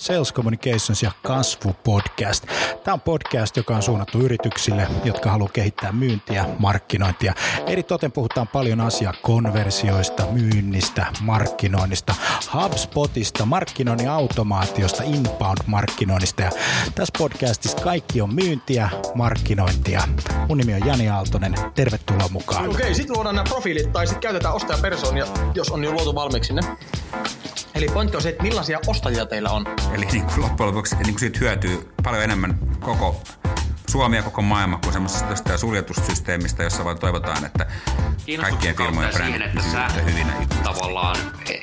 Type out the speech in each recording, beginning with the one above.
Sales Communications ja kasvupodcast. Tämä on podcast, joka on suunnattu yrityksille, jotka haluaa kehittää myyntiä, markkinointia. Eritoten puhutaan paljon asiaa konversioista, myynnistä, markkinoinnista, HubSpotista, markkinoinnin automaatiosta, inbound-markkinoinnista. Ja tässä podcastissa kaikki on myyntiä, markkinointia. Mun nimi on Jani Aaltonen. Tervetuloa mukaan. Okei, sitten luodaan nämä profiilit tai sitten käytetään ostajapersoonia, jos on jo luotu valmiiksi ne. Eli pointti on se, että millaisia ostajia teillä on. Eli niin kuin loppujen lopuksi niin kuin siitä hyötyy paljon enemmän koko Suomi ja koko maailma kuin semmoisesta suljetussysteemistä, jossa vaan toivotaan, että kaikkien firmojen brändit pysyvät hyvinä. Tavallaan,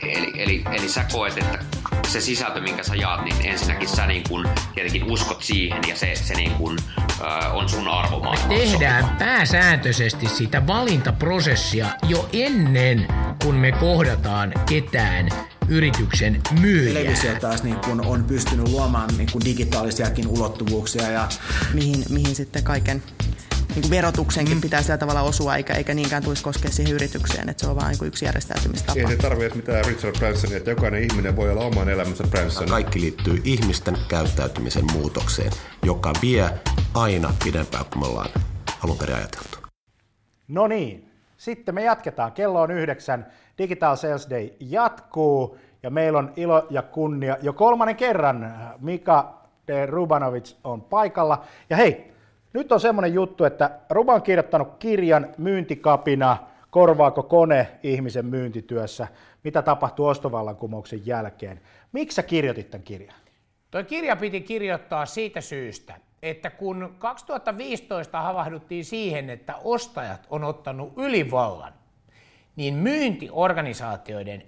eli sä koet, että se sisältö, minkä sä jaat, niin ensinnäkin sä niin kun tietenkin uskot siihen ja se niin kun, on sun arvomaailma. Me tehdään pääsääntöisesti sitä valintaprosessia jo ennen kuin me kohdataan ketään yrityksen myyjää. Televisio taas niin kun on pystynyt luomaan niin kun digitaalisiakin ulottuvuuksia. Ja mihin sitten kaiken niin verotuksenkin pitää sillä tavalla osua, eikä niinkään tulisi koskea siihen yritykseen, että se on vain yksi järjestäytymistapa. Ei se tarvitse mitään Richard Bransonia, että jokainen ihminen voi olla oman elämänsä Branson. Kaikki liittyy ihmisten käyttäytymisen muutokseen, joka vie aina pidempään kuin me ollaan alun perin ajateltu. No niin, sitten me jatketaan. Kello on 9. Digital Sales Day jatkuu ja meillä on ilo ja kunnia jo kolmannen kerran. Mika de Rubanovic on paikalla. Ja hei, nyt on semmoinen juttu, että Ruba on kirjoittanut kirjan Myyntikapina, korvaako kone ihmisen myyntityössä, mitä tapahtuu ostovallankumouksen jälkeen. Miksi sä kirjoitit tämän kirjan? Tuo kirja piti kirjoittaa siitä syystä, että kun 2015 havahduttiin siihen, että ostajat on ottanut ylivallan, niin myyntiorganisaatioiden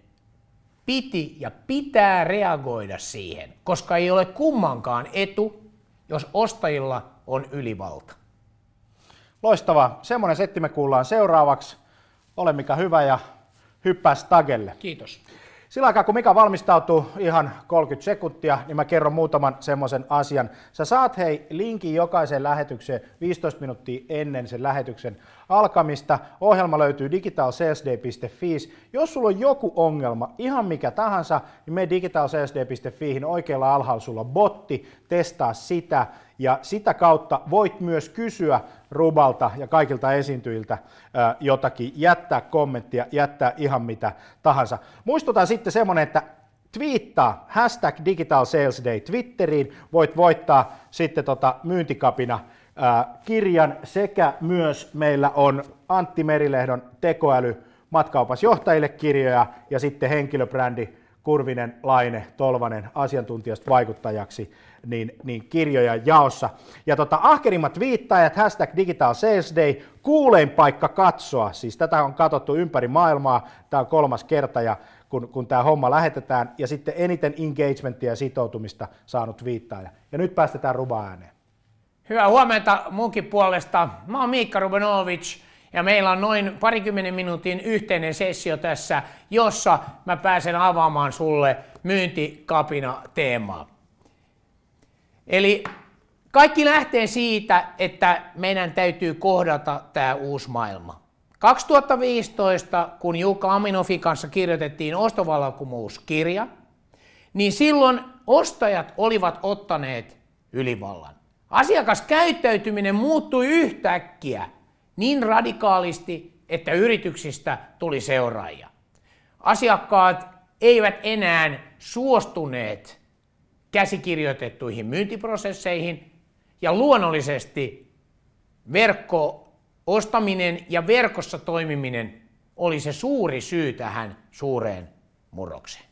piti ja pitää reagoida siihen, koska ei ole kummankaan etu, jos ostajilla on ylivalta. Loistavaa. Semmoinen setti me kuullaan seuraavaksi. Ole Mika hyvä ja hyppää stagelle. Kiitos. Sillä aikaa kun Mika valmistautuu ihan 30 sekuntia, niin mä kerron muutaman semmoisen asian. Sä saat linkin jokaiseen lähetykseen 15 minuuttia ennen sen lähetyksen alkamista. Ohjelma löytyy digitalsalesday.fi. Jos sulla on joku ongelma, ihan mikä tahansa, niin mene digitalsalesday.fiihin. Oikealla alhaalla sulla on botti, testaa sitä. Ja sitä kautta voit myös kysyä Rubalta ja kaikilta esiintyjiltä jotakin, jättää kommenttia, jättää ihan mitä tahansa. Muistutan sitten semmoinen, että twiittaa #digitalsalesday Twitteriin, voit voittaa sitten Myyntikapina kirjan sekä myös meillä on Antti Merilehdon Tekoäly matkaopasjohtajille kirjoja ja sitten henkilöbrändi Kurvinen, Laine, Tolvanen asiantuntijasta vaikuttajaksi, niin kirjoja jaossa. Ja ahkerimmat viittajat, #digitalsalesday, kuulein paikka katsoa, siis tätä on katsottu ympäri maailmaa, tämä on 3. kerta, ja kun tämä homma lähetetään, ja sitten eniten engagementia ja sitoutumista saanut viittaja. Ja nyt päästetään Ruba ääneen. Hyvää huomenta munkin puolesta. Mä oon Miikka Rubanovic. Ja meillä on noin 20 minuutin yhteinen sessio tässä, jossa mä pääsen avaamaan sulle myyntikapina-teemaa. Eli kaikki lähtee siitä, että meidän täytyy kohdata tämä uusi maailma. 2015, kun Jukka Aminofin kanssa kirjoitettiin ostovallankumouskirja, niin silloin ostajat olivat ottaneet ylivallan. Asiakaskäyttäytyminen muuttui yhtäkkiä niin radikaalisti, että yrityksistä tuli seuraajia. Asiakkaat eivät enää suostuneet käsikirjoitettuihin myyntiprosesseihin ja luonnollisesti verkko-ostaminen ja verkossa toimiminen oli se suuri syy tähän suureen murrokseen.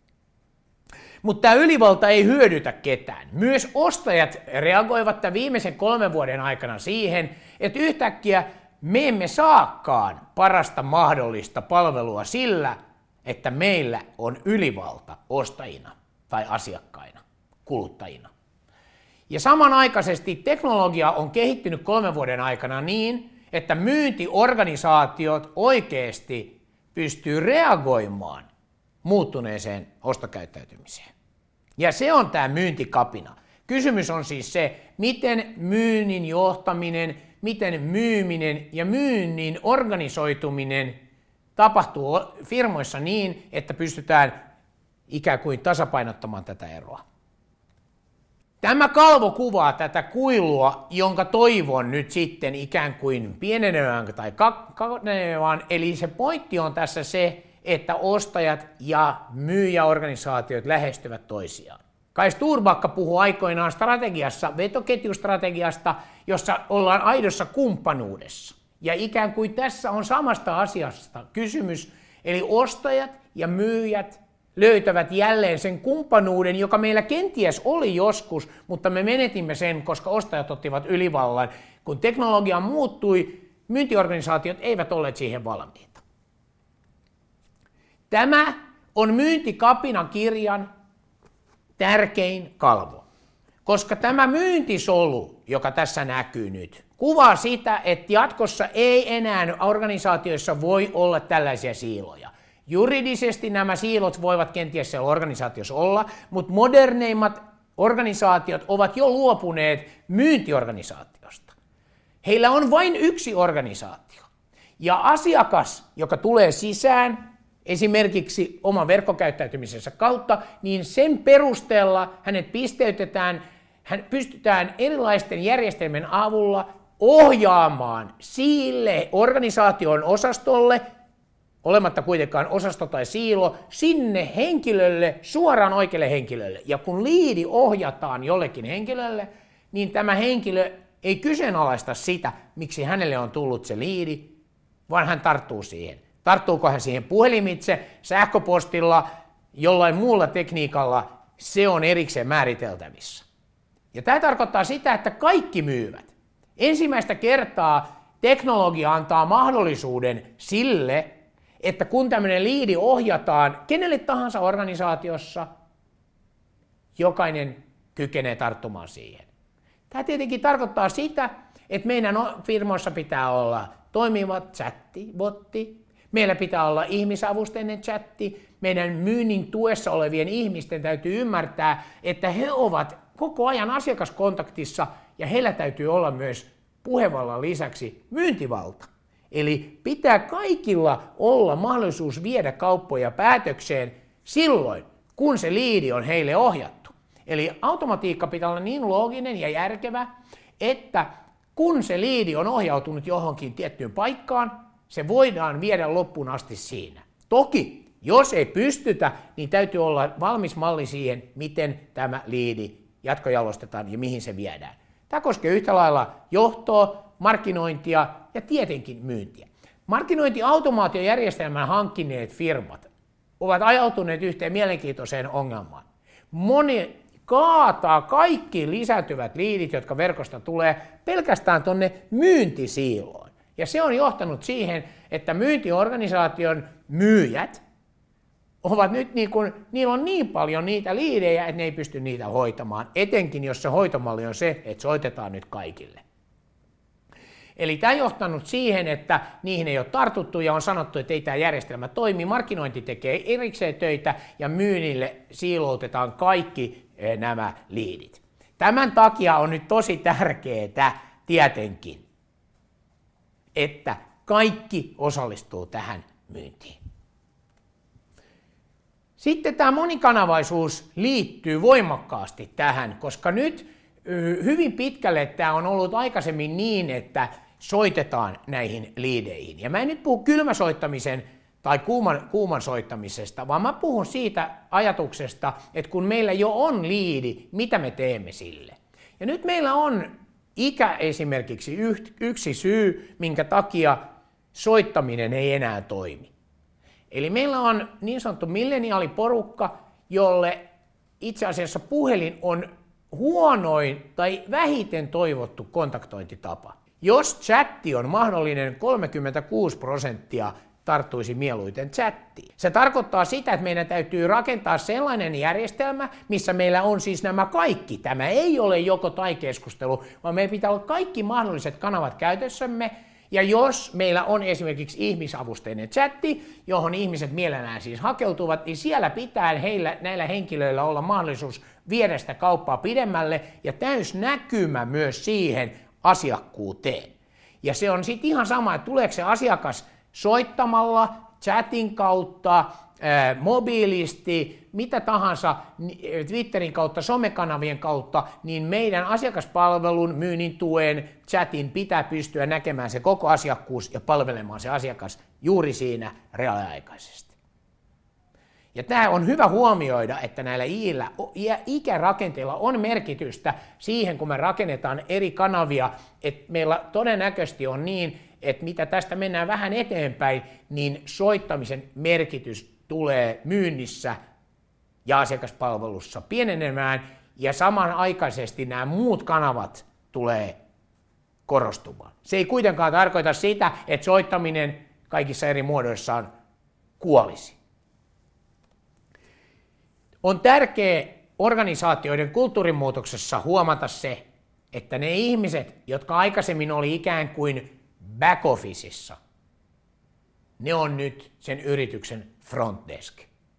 Mutta tämä ylivalta ei hyödytä ketään. Myös ostajat reagoivat tämän viimeisen 3 vuoden aikana siihen, että yhtäkkiä me emme saakaan parasta mahdollista palvelua sillä, että meillä on ylivalta ostajina tai asiakkaina, kuluttajina. Ja samanaikaisesti teknologia on kehittynyt 3 vuoden aikana niin, että myyntiorganisaatiot oikeasti pystyy reagoimaan muuttuneeseen ostokäyttäytymiseen. Ja se on tämä myyntikapina. Kysymys on siis se, miten myynnin johtaminen, miten myyminen ja myynnin organisoituminen tapahtuu firmoissa niin, että pystytään ikään kuin tasapainottamaan tätä eroa. Tämä kalvo kuvaa tätä kuilua, jonka toivon nyt sitten ikään kuin pienenevän tai kavenevän. Eli se pointti on tässä se, että ostajat ja myyjäorganisaatiot lähestyvät toisiaan. Kai Sturbakka puhui aikoinaan strategiassa, vetoketjustrategiasta, jossa ollaan aidossa kumppanuudessa. Ja ikään kuin tässä on samasta asiasta kysymys, eli ostajat ja myyjät löytävät jälleen sen kumppanuuden, joka meillä kenties oli joskus, mutta me menetimme sen, koska ostajat ottivat ylivallan. Kun teknologia muuttui, myyntiorganisaatiot eivät olleet siihen valmiita. Tämä on Myyntikapinan kirjan tärkein kalvo, koska tämä myyntisolu, joka tässä näkyy nyt, kuvaa sitä, että jatkossa ei enää organisaatioissa voi olla tällaisia siiloja. Juridisesti nämä siilot voivat kenties siellä organisaatiossa olla, mutta moderneimmat organisaatiot ovat jo luopuneet myyntiorganisaatiosta. Heillä on vain yksi organisaatio. Ja asiakas, joka tulee sisään, esimerkiksi oman verkkokäyttäytymisensä kautta, niin sen perusteella hänet pisteytetään, hän pystytään erilaisten järjestelmien avulla ohjaamaan sille organisaation osastolle, olematta kuitenkaan osasto tai siilo, sinne henkilölle, suoraan oikealle henkilölle. Ja kun liidi ohjataan jollekin henkilölle, niin tämä henkilö ei kyseenalaista sitä, miksi hänelle on tullut se liidi, vaan hän tarttuu siihen. Tarttuuko hän siihen puhelimitse, sähköpostilla, jollain muulla tekniikalla, se on erikseen määriteltävissä. Ja tämä tarkoittaa sitä, että kaikki myyvät. Ensimmäistä kertaa teknologia antaa mahdollisuuden sille, että kun tämmöinen liidi ohjataan kenelle tahansa organisaatiossa, jokainen kykenee tarttumaan siihen. Tämä tietenkin tarkoittaa sitä, että meidän firmoissa pitää olla toimiva chatti-botti, meillä pitää olla ihmisavusteinen chatti, meidän myynnin tuessa olevien ihmisten täytyy ymmärtää, että he ovat koko ajan asiakaskontaktissa ja heillä täytyy olla myös puhevallan lisäksi myyntivalta. Eli pitää kaikilla olla mahdollisuus viedä kauppoja päätökseen silloin, kun se liidi on heille ohjattu. Eli automatiikka pitää olla niin looginen ja järkevä, että kun se liidi on ohjautunut johonkin tiettyyn paikkaan, se voidaan viedä loppuun asti siinä. Toki, jos ei pystytä, niin täytyy olla valmis malli siihen, miten tämä liidi jatkojalostetaan ja mihin se viedään. Tämä koskee yhtä lailla johtoa, markkinointia ja tietenkin myyntiä. Markkinointiautomaatiojärjestelmän hankkineet firmat ovat ajautuneet yhteen mielenkiintoiseen ongelmaan. Moni kaataa kaikki lisääntyvät liidit, jotka verkosta tulee, pelkästään tuonne myyntisiiloon. Ja se on johtanut siihen, että myyntiorganisaation myyjät ovat nyt niillä on niin paljon niitä liidejä, että ne ei pysty niitä hoitamaan, etenkin jos se hoitomalli on se, että soitetaan nyt kaikille. Eli tämä on johtanut siihen, että niihin ei ole tartuttu ja on sanottu, että ei tämä järjestelmä toimi. Markkinointi tekee erikseen töitä ja myynnille siiloutetaan kaikki nämä liidit. Tämän takia on nyt tosi tärkeää tietenkin, että kaikki osallistuu tähän myyntiin. Sitten tämä monikanavaisuus liittyy voimakkaasti tähän, koska nyt hyvin pitkälle tämä on ollut aikaisemmin niin, että soitetaan näihin liideihin. Ja mä en nyt puhu kylmäsoittamisen tai kuuman soittamisesta, vaan mä puhun siitä ajatuksesta, että kun meillä jo on liidi, mitä me teemme sille. Ja nyt meillä on ikä esimerkiksi yksi syy, minkä takia soittaminen ei enää toimi. Eli meillä on niin sanottu milleniaaliporukka, jolle itse asiassa puhelin on huonoin tai vähiten toivottu kontaktointitapa. Jos chatti on mahdollinen, 36% tarttuisi mieluiten chattiin. Se tarkoittaa sitä, että meidän täytyy rakentaa sellainen järjestelmä, missä meillä on siis nämä kaikki. Tämä ei ole joko tai keskustelu, vaan meillä pitää olla kaikki mahdolliset kanavat käytössämme. Ja jos meillä on esimerkiksi ihmisavusteinen chatti, johon ihmiset mielellään siis hakeutuvat, niin siellä pitää näillä henkilöillä olla mahdollisuus viedä sitä kauppaa pidemmälle ja täys näkymä myös siihen asiakkuuteen. Ja se on sitten ihan sama, että tuleeko se asiakas soittamalla, chatin kautta, mobiilisti, mitä tahansa Twitterin kautta, somekanavien kautta, niin meidän asiakaspalvelun, myynnin tuen, chatin pitää pystyä näkemään se koko asiakkuus ja palvelemaan se asiakas juuri siinä reaaliaikaisesti. Ja tämä on hyvä huomioida, että näillä ikärakenteilla on merkitystä siihen, kun me rakennetaan eri kanavia, että meillä todennäköisesti on niin, että mitä tästä mennään vähän eteenpäin, niin soittamisen merkitys tulee myynnissä ja asiakaspalvelussa pienenemään, ja samanaikaisesti nämä muut kanavat tulee korostumaan. Se ei kuitenkaan tarkoita sitä, että soittaminen kaikissa eri muodoissaan kuolisi. On tärkeää organisaatioiden kulttuurimuutoksessa huomata se, että ne ihmiset, jotka aikaisemmin oli ikään kuin back-officeissa, ne on nyt sen yrityksen front desk.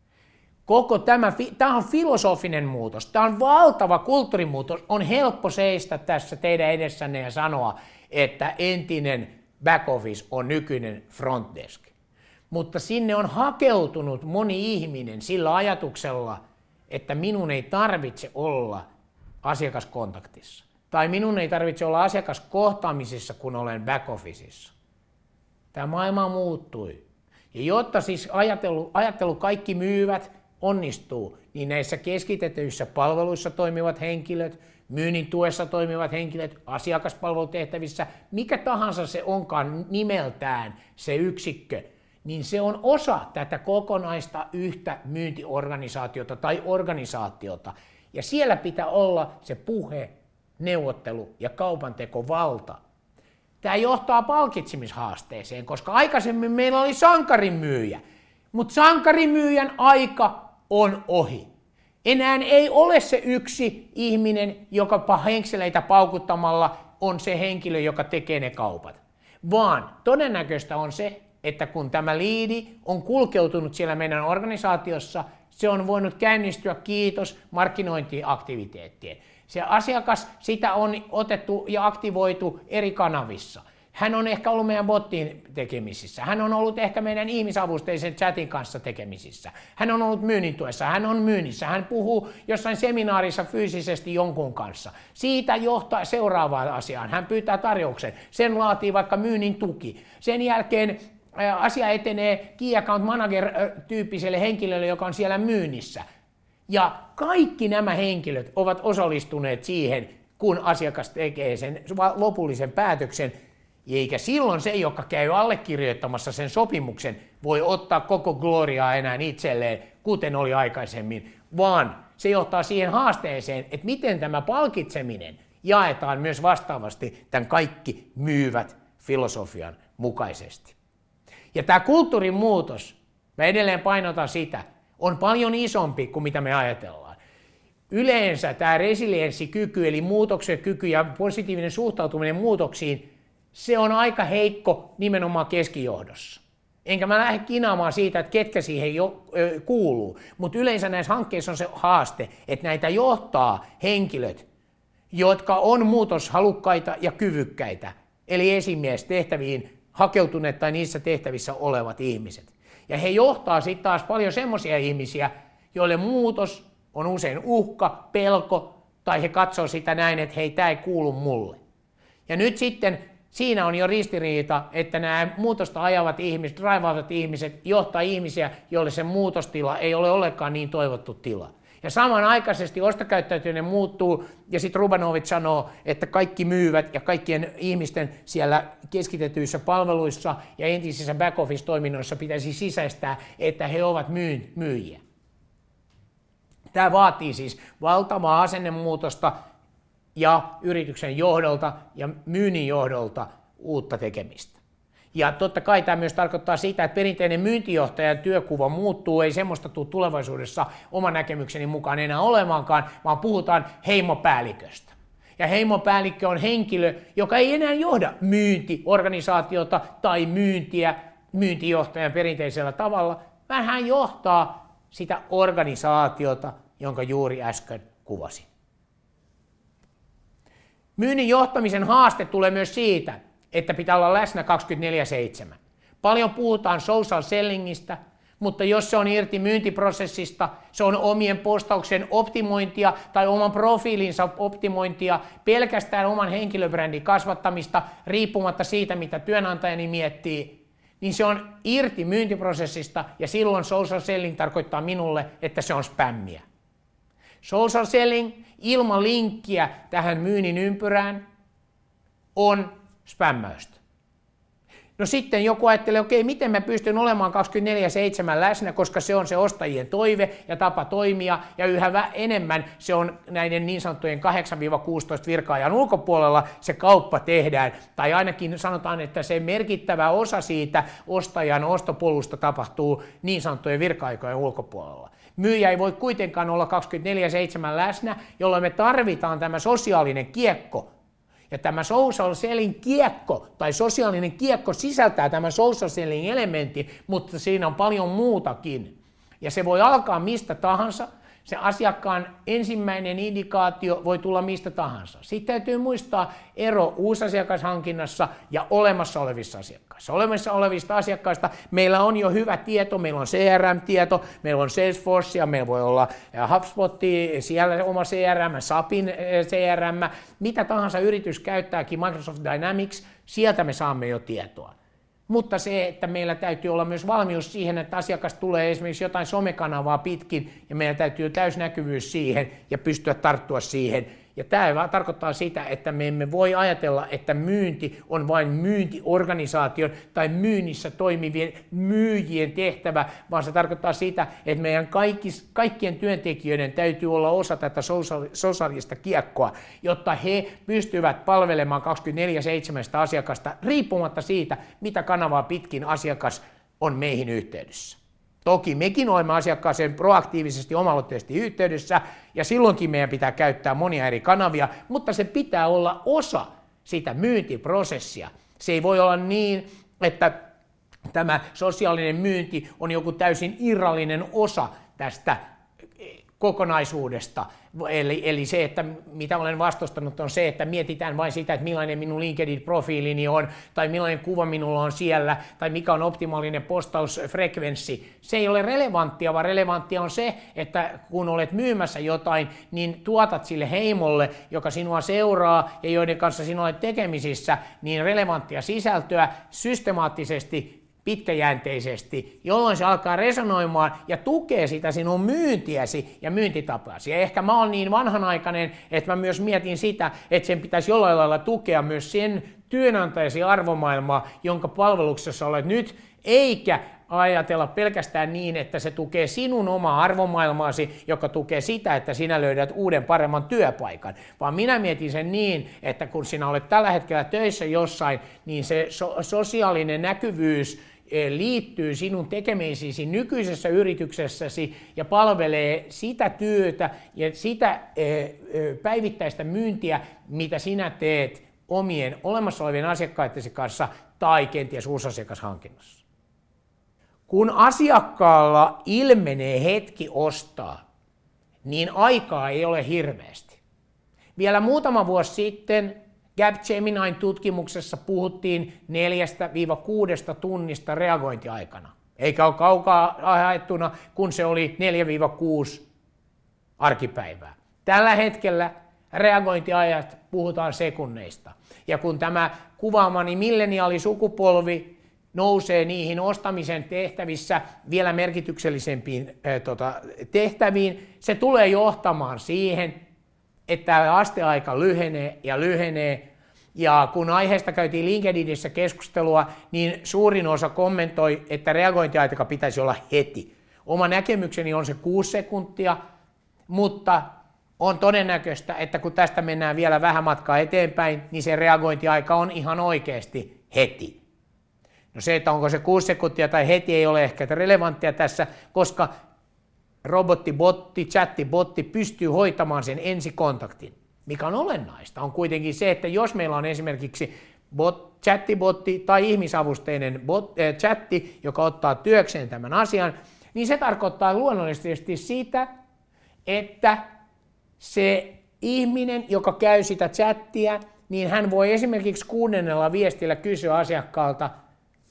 Tämä on filosofinen muutos, tämä on valtava kulttuurimuutos. On helppo seistä tässä teidän edessänne ja sanoa, että entinen back-office on nykyinen front desk. Mutta sinne on hakeutunut moni ihminen sillä ajatuksella, että minun ei tarvitse olla asiakaskontaktissa. Tai minun ei tarvitse olla asiakaskohtaamisissa, kun olen back-officeissa. Tämä maailma muuttui. Ja jotta siis ajattelu kaikki myyvät onnistuu, niin näissä keskitetyissä palveluissa toimivat henkilöt, myynnin tuessa toimivat henkilöt, asiakaspalvelutehtävissä, mikä tahansa se onkaan nimeltään se yksikkö, niin se on osa tätä kokonaista yhtä myyntiorganisaatiota tai organisaatiota. Ja siellä pitää olla se puhe, neuvottelu ja kaupantekovalta. Tämä johtaa palkitsemishaasteeseen, koska aikaisemmin meillä oli sankarimyyjä, mutta sankarimyyjän aika on ohi. Enää ei ole se yksi ihminen, joka henkseleitä paukuttamalla on se henkilö, joka tekee ne kaupat, vaan todennäköistä on se, että kun tämä liidi on kulkeutunut siellä meidän organisaatiossa, se on voinut käynnistyä kiitos markkinointiaktiviteettien. Se asiakas, sitä on otettu ja aktivoitu eri kanavissa. Hän on ehkä ollut meidän bottiin tekemisissä. Hän on ollut ehkä meidän ihmisavusteisen chatin kanssa tekemisissä. Hän on ollut myynnin tuessa. Hän on myynnissä. Hän puhuu jossain seminaarissa fyysisesti jonkun kanssa. Siitä johtaa seuraavaan asiaan. Hän pyytää tarjouksen. Sen laatii vaikka myynnin tuki. Sen jälkeen asia etenee Key Account Manager-tyyppiselle henkilölle, joka on siellä myynnissä. Ja kaikki nämä henkilöt ovat osallistuneet siihen, kun asiakas tekee sen lopullisen päätöksen, eikä silloin se, joka käy allekirjoittamassa sen sopimuksen, voi ottaa koko gloriaa enää itselleen, kuten oli aikaisemmin, vaan se johtaa siihen haasteeseen, että miten tämä palkitseminen jaetaan myös vastaavasti tämän kaikki myyvät filosofian mukaisesti. Ja tämä kulttuurin muutos, mä edelleen painotan sitä, on paljon isompi kuin mitä me ajatellaan. Yleensä tämä resilienssikyky, eli muutoksen kyky ja positiivinen suhtautuminen muutoksiin, se on aika heikko nimenomaan keskijohdossa. Enkä mä lähde kinaamaan siitä, että ketkä siihen kuuluu, mutta yleensä näissä hankkeissa on se haaste, että näitä johtaa henkilöt, jotka on muutoshalukkaita ja kyvykkäitä, eli esimiestehtäviin hakeutuneet tai niissä tehtävissä olevat ihmiset. Ja he johtaa sitten taas paljon semmoisia ihmisiä, joille muutos on usein uhka, pelko, tai he katsoo sitä näin, että hei, tämä ei kuulu mulle. Ja nyt sitten siinä on jo ristiriita, että nämä muutosta ajavat ihmiset, draivaavat ihmiset, johtaa ihmisiä, joille se muutostila ei ole ollenkaan niin toivottu tila. Ja samanaikaisesti ostokäyttäytyminen muuttuu, ja sitten Rubanovich sanoo, että kaikki myyvät ja kaikkien ihmisten siellä keskitetyissä palveluissa ja entisissä back-office-toiminnoissa pitäisi sisäistää, että he ovat myyjiä. Tämä vaatii siis valtavaa asennemuutosta ja yrityksen johdolta ja myynnin johdolta uutta tekemistä. Ja totta kai tämä myös tarkoittaa sitä, että perinteinen myyntijohtajan työkuva muuttuu, ei semmoista tule tulevaisuudessa oman näkemykseni mukaan enää olemaankaan, vaan puhutaan heimopäälliköstä. Ja heimopäällikkö on henkilö, joka ei enää johda myyntiorganisaatiota tai myyntiä myyntijohtajan perinteisellä tavalla, vaan hän johtaa sitä organisaatiota, jonka juuri äsken kuvasin. Myynnin johtamisen haaste tulee myös siitä, että pitää olla läsnä 24/7. Paljon puhutaan social sellingistä, Mutta jos se on irti myyntiprosessista, se on omien postauksen optimointia tai oman profiilinsa optimointia, pelkästään oman henkilöbrändin kasvattamista, riippumatta siitä, mitä työnantajani miettii, niin se on irti myyntiprosessista ja silloin social selling tarkoittaa minulle, että se on spämmiä. Social selling ilman linkkiä tähän myynnin ympyrään on spämmäystä. No sitten joku ajattelee, okei, miten mä pystyn olemaan 24/7 läsnä, koska se on se ostajien toive ja tapa toimia, ja yhä enemmän se on näiden niin sanottujen 8-16 virka-ajan ulkopuolella se kauppa tehdään, tai ainakin sanotaan, että se merkittävä osa siitä ostajan ostopolusta tapahtuu niin sanottujen virka-aikojen ulkopuolella. Myyjä ei voi kuitenkaan olla 24/7 läsnä, jolloin me tarvitaan tämä sosiaalinen kiekko. Ja tämä social selling kiekko tai sosiaalinen kiekko sisältää tämän social selling elementin, mutta siinä on paljon muutakin. Ja se voi alkaa mistä tahansa. Se asiakkaan ensimmäinen indikaatio voi tulla mistä tahansa. Sitten täytyy muistaa ero uusasiakashankinnassa ja olemassa olevissa asiakkaissa. Olemassa olevista asiakkaista meillä on jo hyvä tieto, meillä on CRM-tieto, meillä on Salesforce, meillä voi olla HubSpot, siellä oma CRM, SAPin CRM, mitä tahansa yritys käyttääkin, Microsoft Dynamics, sieltä me saamme jo tietoa. Mutta se, että meillä täytyy olla myös valmius siihen, että asiakas tulee esimerkiksi jotain somekanavaa pitkin ja meillä täytyy täysnäkyvyys siihen ja pystyä tarttua siihen. Ja tämä tarkoittaa sitä, että me emme voi ajatella, että myynti on vain myyntiorganisaation tai myynnissä toimivien myyjien tehtävä, vaan se tarkoittaa sitä, että meidän kaikkien työntekijöiden täytyy olla osa tätä sosiaalista kiekkoa, jotta he pystyvät palvelemaan 24/7 asiakasta riippumatta siitä, mitä kanavaa pitkin asiakas on meihin yhteydessä. Toki mekin olemme asiakkaaseen proaktiivisesti oma-aloitteisesti yhteydessä, ja silloinkin meidän pitää käyttää monia eri kanavia, mutta se pitää olla osa sitä myyntiprosessia. Se ei voi olla niin, että tämä sosiaalinen myynti on joku täysin irrallinen osa tästä kokonaisuudesta. Eli se, että mitä olen vastustanut, on se, että mietitään vain sitä, että millainen minun LinkedIn-profiilini on, tai millainen kuva minulla on siellä, tai mikä on optimaalinen postausfrekvenssi. Se ei ole relevanttia, vaan relevanttia on se, että kun olet myymässä jotain, niin tuotat sille heimolle, joka sinua seuraa ja joiden kanssa sinua olet tekemisissä, niin relevanttia sisältöä systemaattisesti, pitkäjänteisesti, jolloin se alkaa resonoimaan ja tukee sitä sinun myyntiäsi ja myyntitapaasi. Ja ehkä mä oon niin vanhanaikainen, että mä myös mietin sitä, että sen pitäisi jollain lailla tukea myös sen työnantajasi arvomaailmaa, jonka palveluksessa olet nyt, eikä ajatella pelkästään niin, että se tukee sinun omaa arvomaailmaasi, joka tukee sitä, että sinä löydät uuden paremman työpaikan. Vaan minä mietin sen niin, että kun sinä olet tällä hetkellä töissä jossain, niin se sosiaalinen näkyvyys liittyy sinun tekemisiisi nykyisessä yrityksessäsi ja palvelee sitä työtä ja sitä päivittäistä myyntiä, mitä sinä teet omien olemassa olevien asiakkaitesi kanssa tai kenties uusasiakashankinnassa. Kun asiakkaalla ilmenee hetki ostaa, niin aikaa ei ole hirveästi. Vielä muutama vuosi sitten Capgeminin tutkimuksessa puhuttiin 4-6 tunnista reagointiaikana. Eikä ole kaukaa haettuna, kun se oli 4-6 arkipäivää. Tällä hetkellä reagointiajat puhutaan sekunneista. Ja kun tämä kuvaamani milleniaalisukupolvi nousee niihin ostamisen tehtävissä vielä merkityksellisempiin tehtäviin, se tulee johtamaan siihen, että asteaika lyhenee ja lyhenee. Ja kun aiheesta käytiin LinkedInissä keskustelua, niin suurin osa kommentoi, että reagointiaika pitäisi olla heti. Oma näkemykseni on se 6 sekuntia, mutta on todennäköistä, että kun tästä mennään vielä vähän matkaa eteenpäin, niin se reagointiaika on ihan oikeasti heti. No se, että onko se 6 sekuntia tai heti, ei ole ehkä relevanttia tässä, koska robottibotti, chattibotti pystyy hoitamaan sen ensikontaktin. Mikä on olennaista on kuitenkin se, että jos meillä on esimerkiksi chattibotti tai ihmisavusteinen chatti, joka ottaa työkseen tämän asian, niin se tarkoittaa luonnollisesti sitä, että se ihminen, joka käy sitä chattia, niin hän voi esimerkiksi 6. viestillä kysyä asiakkaalta,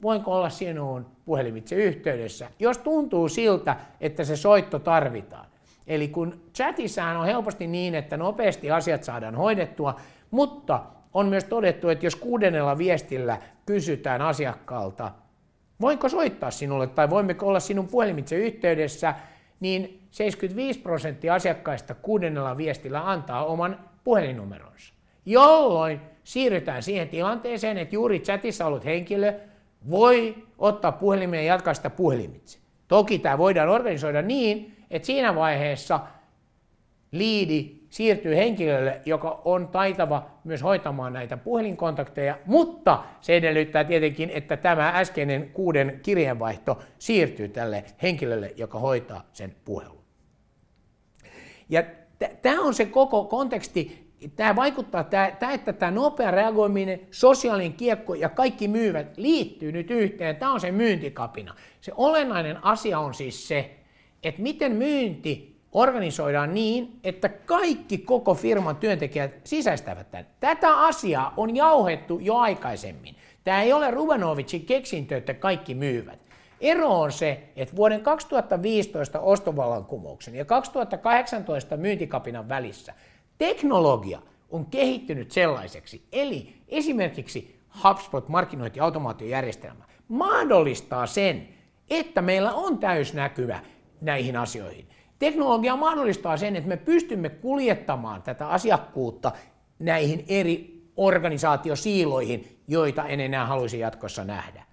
voinko olla sinuun puhelimitse yhteydessä, jos tuntuu siltä, että se soitto tarvitaan. Eli kun chatissahan on helposti niin, että nopeasti asiat saadaan hoidettua, mutta on myös todettu, että jos 6. viestillä kysytään asiakkaalta, voinko soittaa sinulle tai voimmeko olla sinun puhelimitse yhteydessä, niin 75% asiakkaista 6. viestillä antaa oman puhelinnumeronsa, jolloin siirrytään siihen tilanteeseen, että juuri chatissa ollut henkilö voi ottaa puhelimen ja jatkaa sitä puhelimitse. Toki tämä voidaan organisoida niin, että siinä vaiheessa liidi siirtyy henkilölle, joka on taitava myös hoitamaan näitä puhelinkontakteja, mutta se edellyttää tietenkin, että tämä äskeinen 6 kirjeenvaihto siirtyy tälle henkilölle, joka hoitaa sen puhelun. Ja tämä on se koko konteksti. Tämä vaikuttaa, että tämä nopea reagoiminen, sosiaalinen kiekko ja kaikki myyvät liittyy nyt yhteen. Tämä on se myyntikapina. Se olennainen asia on siis se, että miten myynti organisoidaan niin, että kaikki koko firman työntekijät sisäistävät tämän. Tätä asiaa on jauhettu jo aikaisemmin. Tämä ei ole Rubanovicin keksintö, että kaikki myyvät. Ero on se, että vuoden 2015 ostovallankumouksen ja 2018 myyntikapinan välissä teknologia on kehittynyt sellaiseksi, eli esimerkiksi HubSpot markkinointiautomaatiojärjestelmä mahdollistaa sen, että meillä on täysnäkyvä näihin asioihin. Teknologia mahdollistaa sen, että me pystymme kuljettamaan tätä asiakkuutta näihin eri organisaatiosiiloihin, joita en enää haluaisi jatkossa nähdä.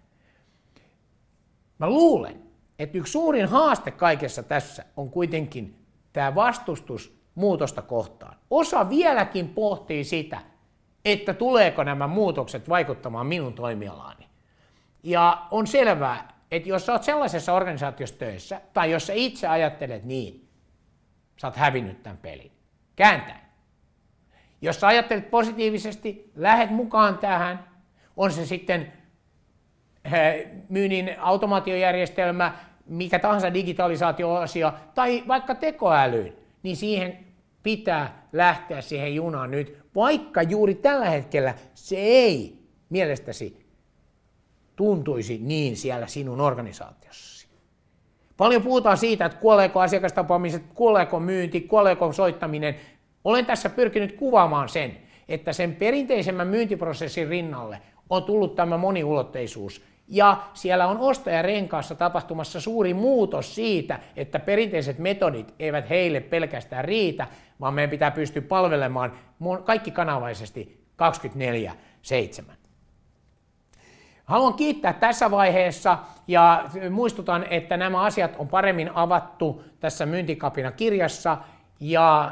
Mä luulen, että yksi suurin haaste kaikessa tässä on kuitenkin tämä vastustus muutosta kohtaan. Osa vieläkin pohtii sitä, että tuleeko nämä muutokset vaikuttamaan minun toimialaani. Ja on selvää, että jos sä oot sellaisessa organisaatiossa töissä, tai jos sä itse ajattelet niin, sä oot hävinnyt tämän pelin. Kääntäen. Jos sä ajattelet positiivisesti, lähet mukaan tähän, on se sitten myynnin automaatiojärjestelmä, mikä tahansa digitalisaatioasia, tai vaikka tekoälyyn, niin siihen pitää lähteä siihen junaan nyt, vaikka juuri tällä hetkellä se ei mielestäsi tuntuisi niin siellä sinun organisaatiossasi. Paljon puhutaan siitä, että kuoleeko asiakastapaamiset, kuoleeko myynti, kuoleeko soittaminen. Olen tässä pyrkinyt kuvaamaan sen, että sen perinteisemmän myyntiprosessin rinnalle on tullut tämä moniulotteisuus. Ja siellä on ostajarenkaassa tapahtumassa suuri muutos siitä, että perinteiset metodit eivät heille pelkästään riitä, vaan meidän pitää pystyä palvelemaan kaikki kanavaisesti 24/7. Haluan kiittää tässä vaiheessa ja muistutan, että nämä asiat on paremmin avattu tässä Myyntikapina-kirjassa ja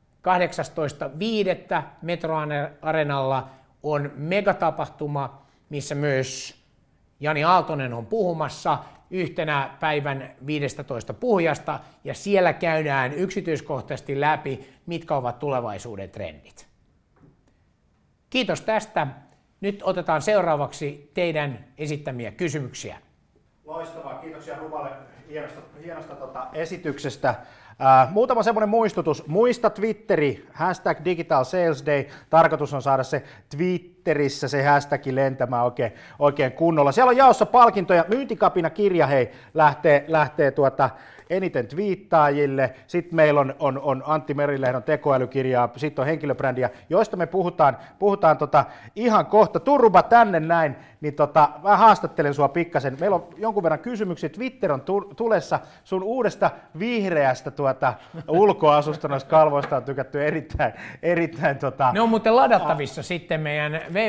18.5. Metro-areenalla on megatapahtuma, missä myös Jani Aaltonen on puhumassa yhtenä päivän 15 puhujasta ja siellä käydään yksityiskohtaisesti läpi, mitkä ovat tulevaisuuden trendit. Kiitos tästä. Nyt otetaan seuraavaksi teidän esittämiä kysymyksiä. Loistavaa, kiitoksia Ruballe hienosta esityksestä. Muutama semmoinen muistutus. Muista Twitteri, #DigitalSalesDay. Tarkoitus on saada se Twitterissä se hashtag lentämään oikein kunnolla. Siellä on jaossa palkintoja. Myyntikapina-kirja lähtee eniten twiittaajille. Sitten meillä on Antti Merilehdon tekoälykirjaa, sitten on henkilöbrändiä, joista me puhutaan ihan kohta. Turruba tänne näin, niin mä haastattelen sua pikkasen. Meillä on jonkun verran kysymyksiä. Twitter on tulessa sun uudesta vihreästä ulkoasusta, noista kalvoista on tykätty erittäin Ne on muuten ladattavissa sitten meidän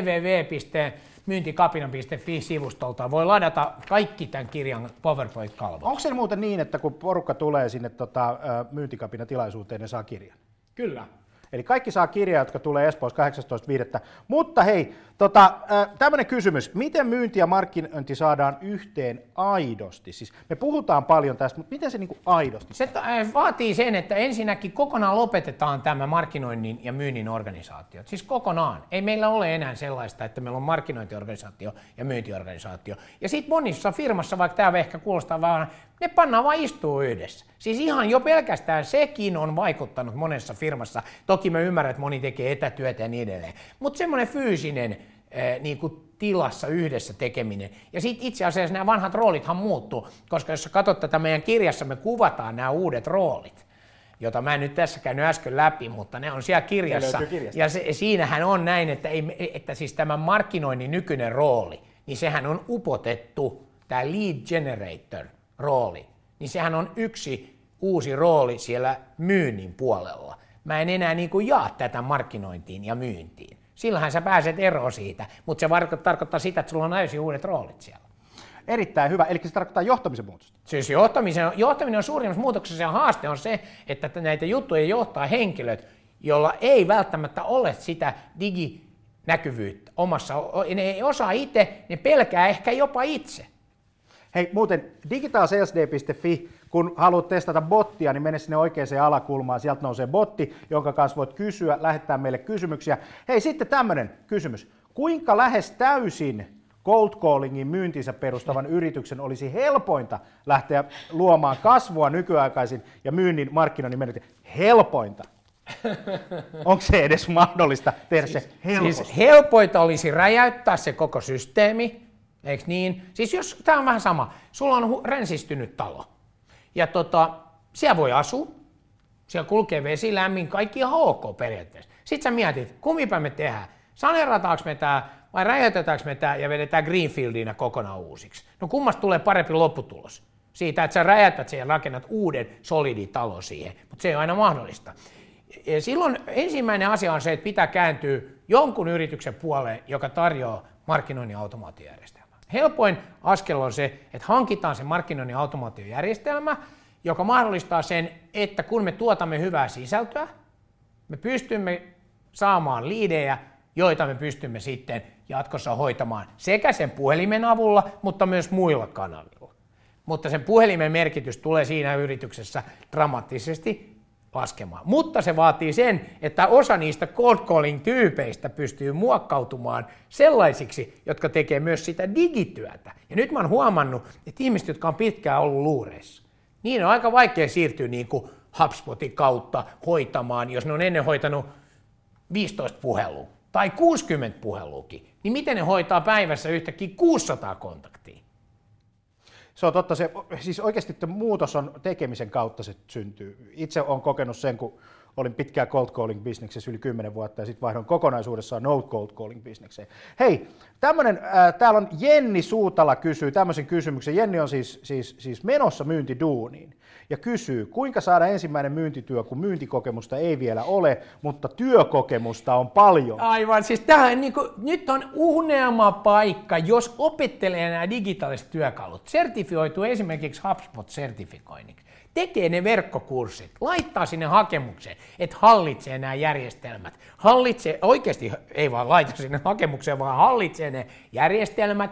www.myyntikapina.fi-sivustolta. Voi ladata kaikki tämän kirjan PowerPoint-kalvot. Onko se muuten niin, että kun porukka tulee sinne Myyntikapina-tilaisuuteen, ne saa kirjan? Kyllä. Eli kaikki saa kirjaa, jotka tulee Espoossa 18.5. Mutta hei, tämmöinen kysymys. Miten myynti ja markkinointi saadaan yhteen aidosti? Siis me puhutaan paljon tästä, mutta miten se niin kuin aidosti? Se vaatii sen, että ensinnäkin kokonaan lopetetaan tämä markkinoinnin ja myynnin organisaatio. Siis kokonaan. Ei meillä ole enää sellaista, että meillä on markkinointiorganisaatio ja myyntiorganisaatio. Ja sitten monissa firmassa, vaikka tämä ehkä kuulostaa vaan, ne pannaan vaan istuu yhdessä. Siis ihan jo pelkästään sekin on vaikuttanut monessa firmassa. Toki mä ymmärrän, että moni tekee etätyötä ja niin edelleen. Mutta semmoinen fyysinen niin kuin tilassa yhdessä tekeminen. Ja sitten itse asiassa nämä vanhat roolithan muuttuu, koska jos katsot tätä meidän kirjassa, me kuvataan nämä uudet roolit, jota mä en nyt tässä käynyt äsken läpi, mutta ne on siellä kirjassa. Ja siinähän on näin, että siis tämä markkinoinnin nykyinen rooli, niin sehän on upotettu, tämä lead generator rooli, niin sehän on yksi uusi rooli siellä myynnin puolella. Mä en enää niin kuin jaa tätä markkinointiin ja myyntiin. Sillähän sä pääset eroon siitä, mutta se tarkoittaa sitä, että sulla on täysin uudet roolit siellä. Erittäin hyvä, eli se tarkoittaa johtamisen muutosta. Siis johtaminen on suurimmassa muutoksessa ja haaste on se, että näitä juttuja johtaa henkilöt, joilla ei välttämättä ole sitä diginäkyvyyttä omassa, ne ei osaa itse, ne pelkää ehkä jopa itse. Hei, muuten digitalsalesday.fi, kun haluat testata bottia, niin mene sinne oikeaan alakulmaan, sieltä nousee botti, jonka kanssa voit kysyä, lähettää meille kysymyksiä. Hei, sitten tämmöinen kysymys. Kuinka lähes täysin cold callingin myyntinsä perustavan yrityksen olisi helpointa lähteä luomaan kasvua nykyaikaisin ja myynnin markkinoinnin menetelmillä? Helpointa. Onko se edes mahdollista tehdä se helposti? Siis helpointa olisi räjäyttää se koko systeemi, eikö niin? Siis jos, tämä on vähän sama, sulla on ränsistynyt talo ja siellä voi asua, siellä kulkee vesi, lämmin, kaikki ihan ok periaatteessa. Sitten sä mietit, kummipä me tehdään, saneerataanko me tää vai räjäytetäänkö me tää ja vedetään greenfieldina kokonaan uusiksi? No kummasta tulee parempi lopputulos? Siitä, että sä räjäytät sen ja rakennat uuden soliditalo siihen, mutta se ei ole aina mahdollista. Ja silloin ensimmäinen asia on se, että pitää kääntyä jonkun yrityksen puoleen, joka tarjoaa markkinoinnin automaatiojärjestelmää. Helpoin askel on se, että hankitaan se markkinoinnin automaatiojärjestelmä, joka mahdollistaa sen, että kun me tuotamme hyvää sisältöä, me pystymme saamaan liidejä, joita me pystymme sitten jatkossa hoitamaan sekä sen puhelimen avulla, mutta myös muilla kanavilla. Mutta sen puhelimen merkitys tulee siinä yrityksessä dramaattisesti laskemaan. Mutta se vaatii sen, että osa niistä cold calling-tyypeistä pystyy muokkautumaan sellaisiksi, jotka tekee myös sitä digityötä. Ja nyt mä oon huomannut, että ihmiset, jotka on pitkään ollut luureissa, niin on aika vaikea siirtyä niin kuin HubSpotin kautta hoitamaan, jos ne on ennen hoitanut 15 puhelua tai 60 puheluukin, niin miten ne hoitaa päivässä yhtäkkiä 600 kontaktia? Se on totta, siis oikeasti muutos on tekemisen kautta se syntyy. Itse olen kokenut sen, kun olin pitkään cold calling bisneksessä yli 10 vuotta ja sitten vaihdoin kokonaisuudessaan no cold calling bisnekseen. Hei, täällä on Jenni Suutala kysyy tämmöisen kysymyksen. Jenni on siis menossa myyntiduuniin ja kysyy, kuinka saada ensimmäinen myyntityö, kun myyntikokemusta ei vielä ole, mutta työkokemusta on paljon. Aivan, siis tämähän nyt on unelmapaikka, jos opettelee nämä digitaaliset työkalut, sertifioituu esimerkiksi HubSpot-sertifikoinniksi, tekee ne verkkokurssit, laittaa sinne hakemukseen, että hallitsee nämä järjestelmät. Oikeasti ei vaan laita sinne hakemukseen, vaan hallitsee ne järjestelmät,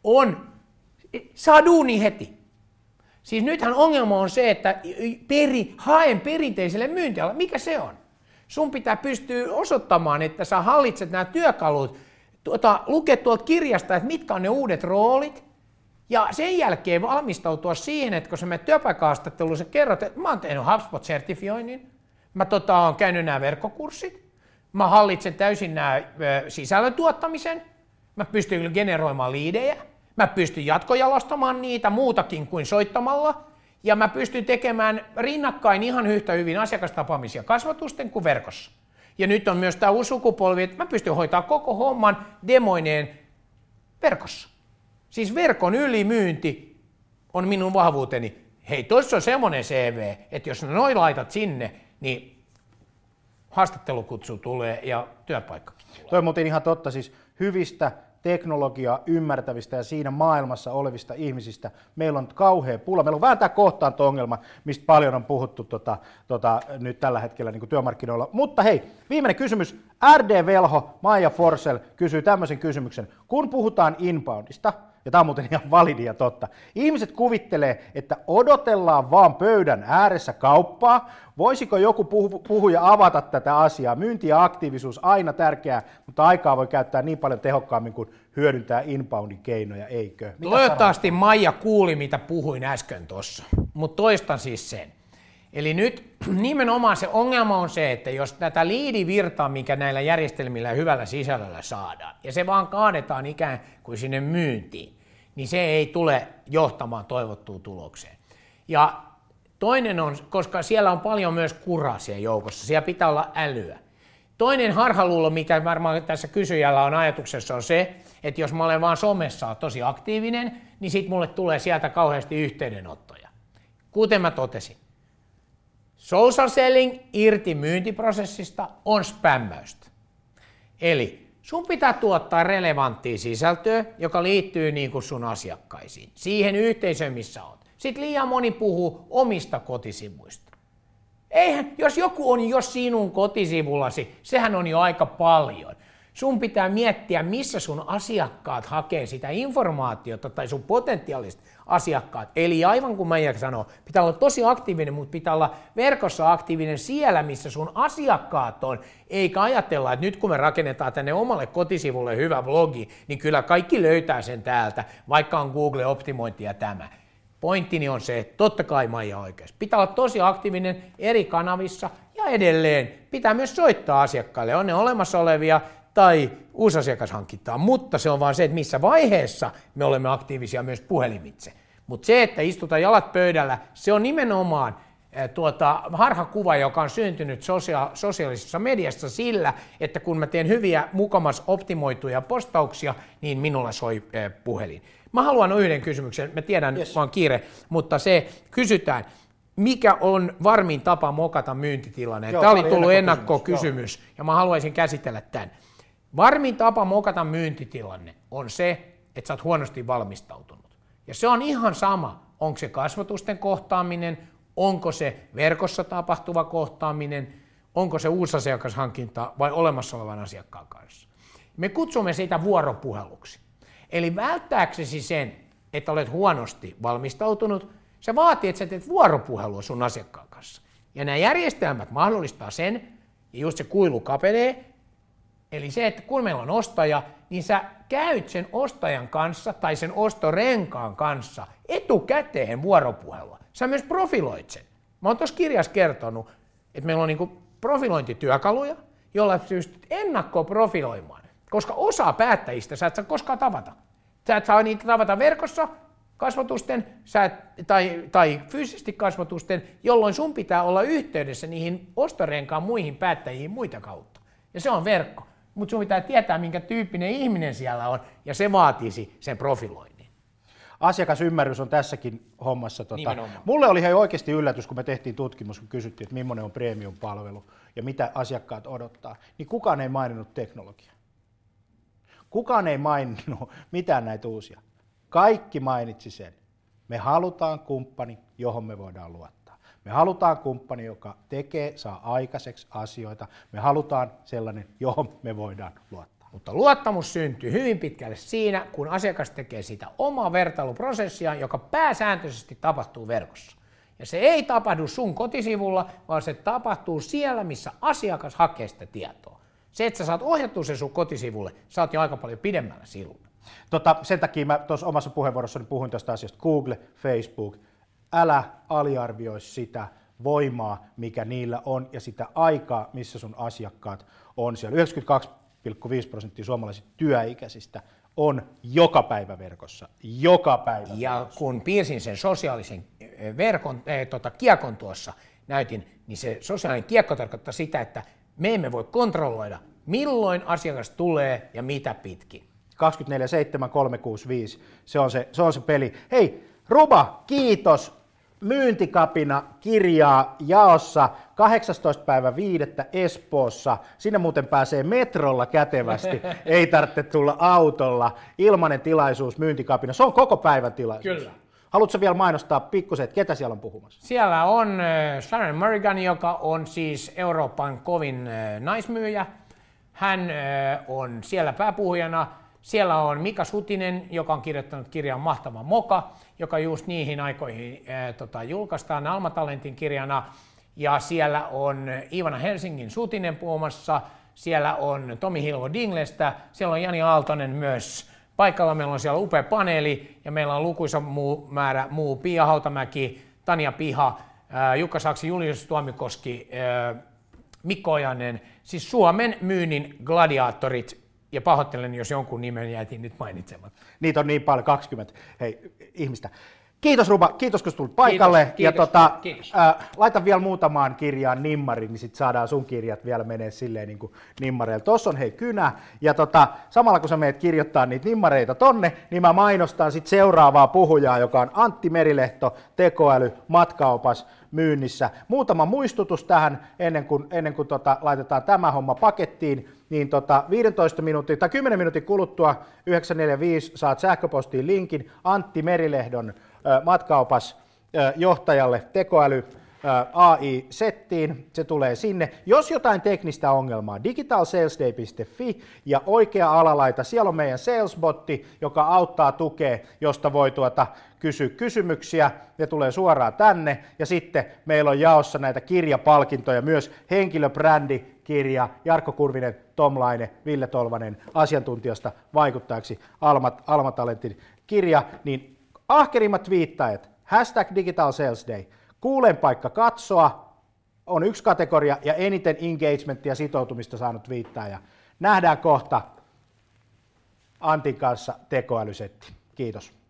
saa duuni heti. Siis nythän ongelma on se, että haen perinteiselle myyntialalle. Mikä se on? Sun pitää pystyä osoittamaan, että sä hallitset nämä työkalut, lukee tuolta kirjasta, että mitkä on ne uudet roolit, ja sen jälkeen valmistautua siihen, että kun sä menet työpaikka-haastatteluun, sä kerrot, että mä oon tehnyt HubSpot-sertifioinnin, mä oon käynyt nämä verkkokurssit, mä hallitsen täysin nämä sisällön tuottamisen, mä pystyn generoimaan liidejä, mä pystyn jatkojalostamaan niitä muutakin kuin soittamalla, ja mä pystyn tekemään rinnakkain ihan yhtä hyvin asiakastapaamisia kasvatusten kuin verkossa. Ja nyt on myös tämä uusi sukupolvi, että mä pystyn hoitamaan koko homman demoineen verkossa. Siis verkon ylimyynti on minun vahvuuteni. Hei, tuossa on semmoinen CV, että jos noin laitat sinne, niin haastattelukutsu tulee ja työpaikkakin. Toi on muuten ihan totta, siis hyvistä teknologiaa ymmärtävistä ja siinä maailmassa olevista ihmisistä meillä on kauhea pula. Meillä on vähän tämä kohtaanto-ongelma, mistä paljon on puhuttu nyt tällä hetkellä niin kuin työmarkkinoilla. Mutta hei, viimeinen kysymys. RD Velho, Maija Forsell kysyy tämmöisen kysymyksen. Kun puhutaan inboundista, ja tämä on muuten ihan validi ja totta, ihmiset kuvittelee, että odotellaan vaan pöydän ääressä kauppaa. Voisiko joku puhuja avata tätä asiaa? Myynti ja aktiivisuus aina tärkeää, mutta aikaa voi käyttää niin paljon tehokkaammin kuin hyödyntää inboundin keinoja, eikö? Toivottavasti Maija kuuli, mitä puhuin äsken tuossa, mutta toistan siis sen, Eli nyt nimenomaan se ongelma on se, että jos tätä liidivirtaa, mikä näillä järjestelmillä ja hyvällä sisällöllä saadaan, ja se vaan kaadetaan ikään kuin sinne myyntiin, niin se ei tule johtamaan toivottuun tulokseen. Ja toinen on, koska siellä on paljon myös kuraa siellä joukossa, siellä pitää olla älyä. Toinen harhaluulo, mikä varmaan tässä kysyjällä on ajatuksessa, on se, että jos mä olen vaan somessa tosi aktiivinen, niin sit mulle tulee sieltä kauheasti yhteydenottoja. Kuten mä totesin, social selling irti myyntiprosessista on spämmäystä. Eli sun pitää tuottaa relevanttia sisältöä, joka liittyy niin kuin sun asiakkaisiin, siihen yhteisöön, missä oot. Sitten liian moni puhuu omista kotisivuista. Eihän, jos joku on jo sinun kotisivullasi, sehän on jo aika paljon. Sun pitää miettiä, missä sun asiakkaat hakee sitä informaatiota tai sun potentiaaliset asiakkaat. Eli aivan kuin Maija sanoo, pitää olla tosi aktiivinen, mutta pitää olla verkossa aktiivinen siellä, missä sun asiakkaat on. Eikä ajatella, että nyt kun me rakennetaan tänne omalle kotisivulle hyvä blogi, niin kyllä kaikki löytää sen täältä, vaikka on Google-optimointi ja tämä. Pointtini on se, että totta kai Maija oikeassa. Pitää olla tosi aktiivinen eri kanavissa ja edelleen pitää myös soittaa asiakkaille. On ne olemassa olevia tai uusasiakashankintaa, mutta se on vaan se, että missä vaiheessa me olemme aktiivisia myös puhelimitse. Mutta se, että istutaan jalat pöydällä, se on nimenomaan harhakuva, joka on syntynyt sosiaalisessa mediassa sillä, että kun mä teen hyviä, mukamas optimoituja postauksia, niin minulla soi puhelin. Mä haluan yhden kysymyksen, mä tiedän, vaan kiire, mutta se kysytään, mikä on varmin tapa mokata myyntitilanne? Tämä oli tullut ennakkokysymys, ja mä haluaisin käsitellä tämän. Varmin tapa mokata myyntitilanne on se, että sä oot huonosti valmistautunut. Ja se on ihan sama, onko se kasvotusten kohtaaminen, onko se verkossa tapahtuva kohtaaminen, onko se uusasiakashankinta vai olemassa olevan asiakkaan kanssa. Me kutsumme sitä vuoropuheluksi. Eli välttääksesi sen, että olet huonosti valmistautunut, se vaatii, että sä teet vuoropuhelua sun asiakkaan kanssa. Ja nämä järjestelmät mahdollistaa sen, ja just se kuilu kapenee, eli se, että kun meillä on ostaja, niin sä käyt sen ostajan kanssa tai sen ostorenkaan kanssa etukäteen vuoropuhelua. Sä myös profiloit sen. Mä oon tuossa kirjassa kertonut, että meillä on niinku profilointityökaluja, joilla pystyt ennakkoon profiloimaan. Koska osa päättäjistä sä et saa koskaan tavata. Sä et saa niitä tavata verkossa kasvotusten tai fyysisesti kasvotusten, jolloin sun pitää olla yhteydessä niihin ostorenkaan muihin päättäjiin muita kautta. Ja se on verkko. Mutta sun pitää tietää, minkä tyyppinen ihminen siellä on, ja se vaatisi sen profiloinnin. Asiakasymmärrys on tässäkin hommassa. Mulle oli ihan oikeasti yllätys, kun me tehtiin tutkimus, kun kysyttiin, että millainen on premium-palvelu ja mitä asiakkaat odottaa, niin kukaan ei maininnut teknologiaa. Kukaan ei maininnut mitään näitä uusia. Kaikki mainitsi sen. Me halutaan kumppani, johon me voidaan luottaa. Me halutaan kumppani, joka saa aikaiseksi asioita. Me halutaan sellainen, johon me voidaan luottaa. Mutta luottamus syntyy hyvin pitkälle siinä, kun asiakas tekee sitä omaa vertailuprosessia, joka pääsääntöisesti tapahtuu verkossa. Ja se ei tapahdu sun kotisivulla, vaan se tapahtuu siellä, missä asiakas hakee sitä tietoa. Se, että sä saat ohjattua sen sun kotisivulle, sä oot jo aika paljon pidemmällä silloin. Sen takia mä tuossa omassa puheenvuorossani puhuin tästä asiasta. Google, Facebook, älä aliarvioi sitä voimaa, mikä niillä on, ja sitä aikaa, missä sun asiakkaat on siellä. 92,5% suomalaisista työikäisistä on joka päivä verkossa. Joka päivä. Ja kun piirsin sen sosiaalisen verkon, kiekon tuossa, näytin, niin se sosiaalinen kiekko tarkoittaa sitä, että me emme voi kontrolloida, milloin asiakas tulee ja mitä pitkin. 24/7/365, se on se peli. Hei, Ruba, kiitos. Myyntikapina kirjaa jaossa 18.5. Espoossa. Sinne muuten pääsee metrolla kätevästi, ei tarvitse tulla autolla. Ilmainen tilaisuus, myyntikapina. Se on koko päivän tilaisuus. Kyllä. Haluatko vielä mainostaa pikkusen, että ketä siellä on puhumassa? Siellä on Sharon Murrigan, joka on siis Euroopan kovin naismyyjä. Hän on siellä pääpuhujana. Siellä on Mika Sutinen, joka on kirjoittanut kirjan Mahtava moka, joka just niihin aikoihin julkaistaan Alma Talentin kirjana. Ja siellä on Ivana Helsingin Sutinen puhumassa. Siellä on Tomi Hilvo Dinglestä. Siellä on Jani Aaltonen myös paikalla. Meillä on siellä upea paneeli ja meillä on lukuisa määrä Pia Hautamäki, Tanja Piha, Jukka Saksi, Julius Tuomikoski, Mikko Ojanen, siis Suomen myynnin gladiaattorit, ja pahoittelen, jos jonkun nimen jätin nyt mainitsematta. Niitä on niin paljon, 20 ihmistä. Kiitos Ruba, kiitos kun tulit paikalle. Kiitos. Laita vielä muutamaan kirjaan nimmari, niin sitten saadaan sun kirjat vielä menee silleen niin kuin nimmareilla. Tuossa on kynä, ja samalla kun sä meet kirjoittaa niitä nimmareita tonne, niin mä mainostan sitten seuraavaa puhujaa, joka on Antti Merilehto, tekoäly, matkaopas myynnissä. Muutama muistutus tähän ennen kuin laitetaan tämä homma pakettiin, niin 15 minuutin tai 10 minuutin kuluttua 945 saat sähköpostiin linkin Antti Merilehdon matkaopas johtajalle tekoäly AI-settiin, se tulee sinne. Jos jotain teknistä ongelmaa, digitalsalesday.fi ja oikea alalaita, siellä on meidän salesbotti, joka auttaa tukea, josta voi kysyä kysymyksiä, ne tulee suoraan tänne, ja sitten meillä on jaossa näitä kirjapalkintoja, myös henkilöbrändikirja, Jarkko Kurvinen, Tom Laine, Ville Tolvanen, asiantuntijasta vaikuttajaksi Alma Talentin kirja, niin ahkerimmat twiittajat, #digitalsalesday, kuulen paikka katsoa, on yksi kategoria, ja eniten engagementtia ja sitoutumista saanut twiittaaja. Nähdään kohta Antin kanssa tekoälysetti. Kiitos.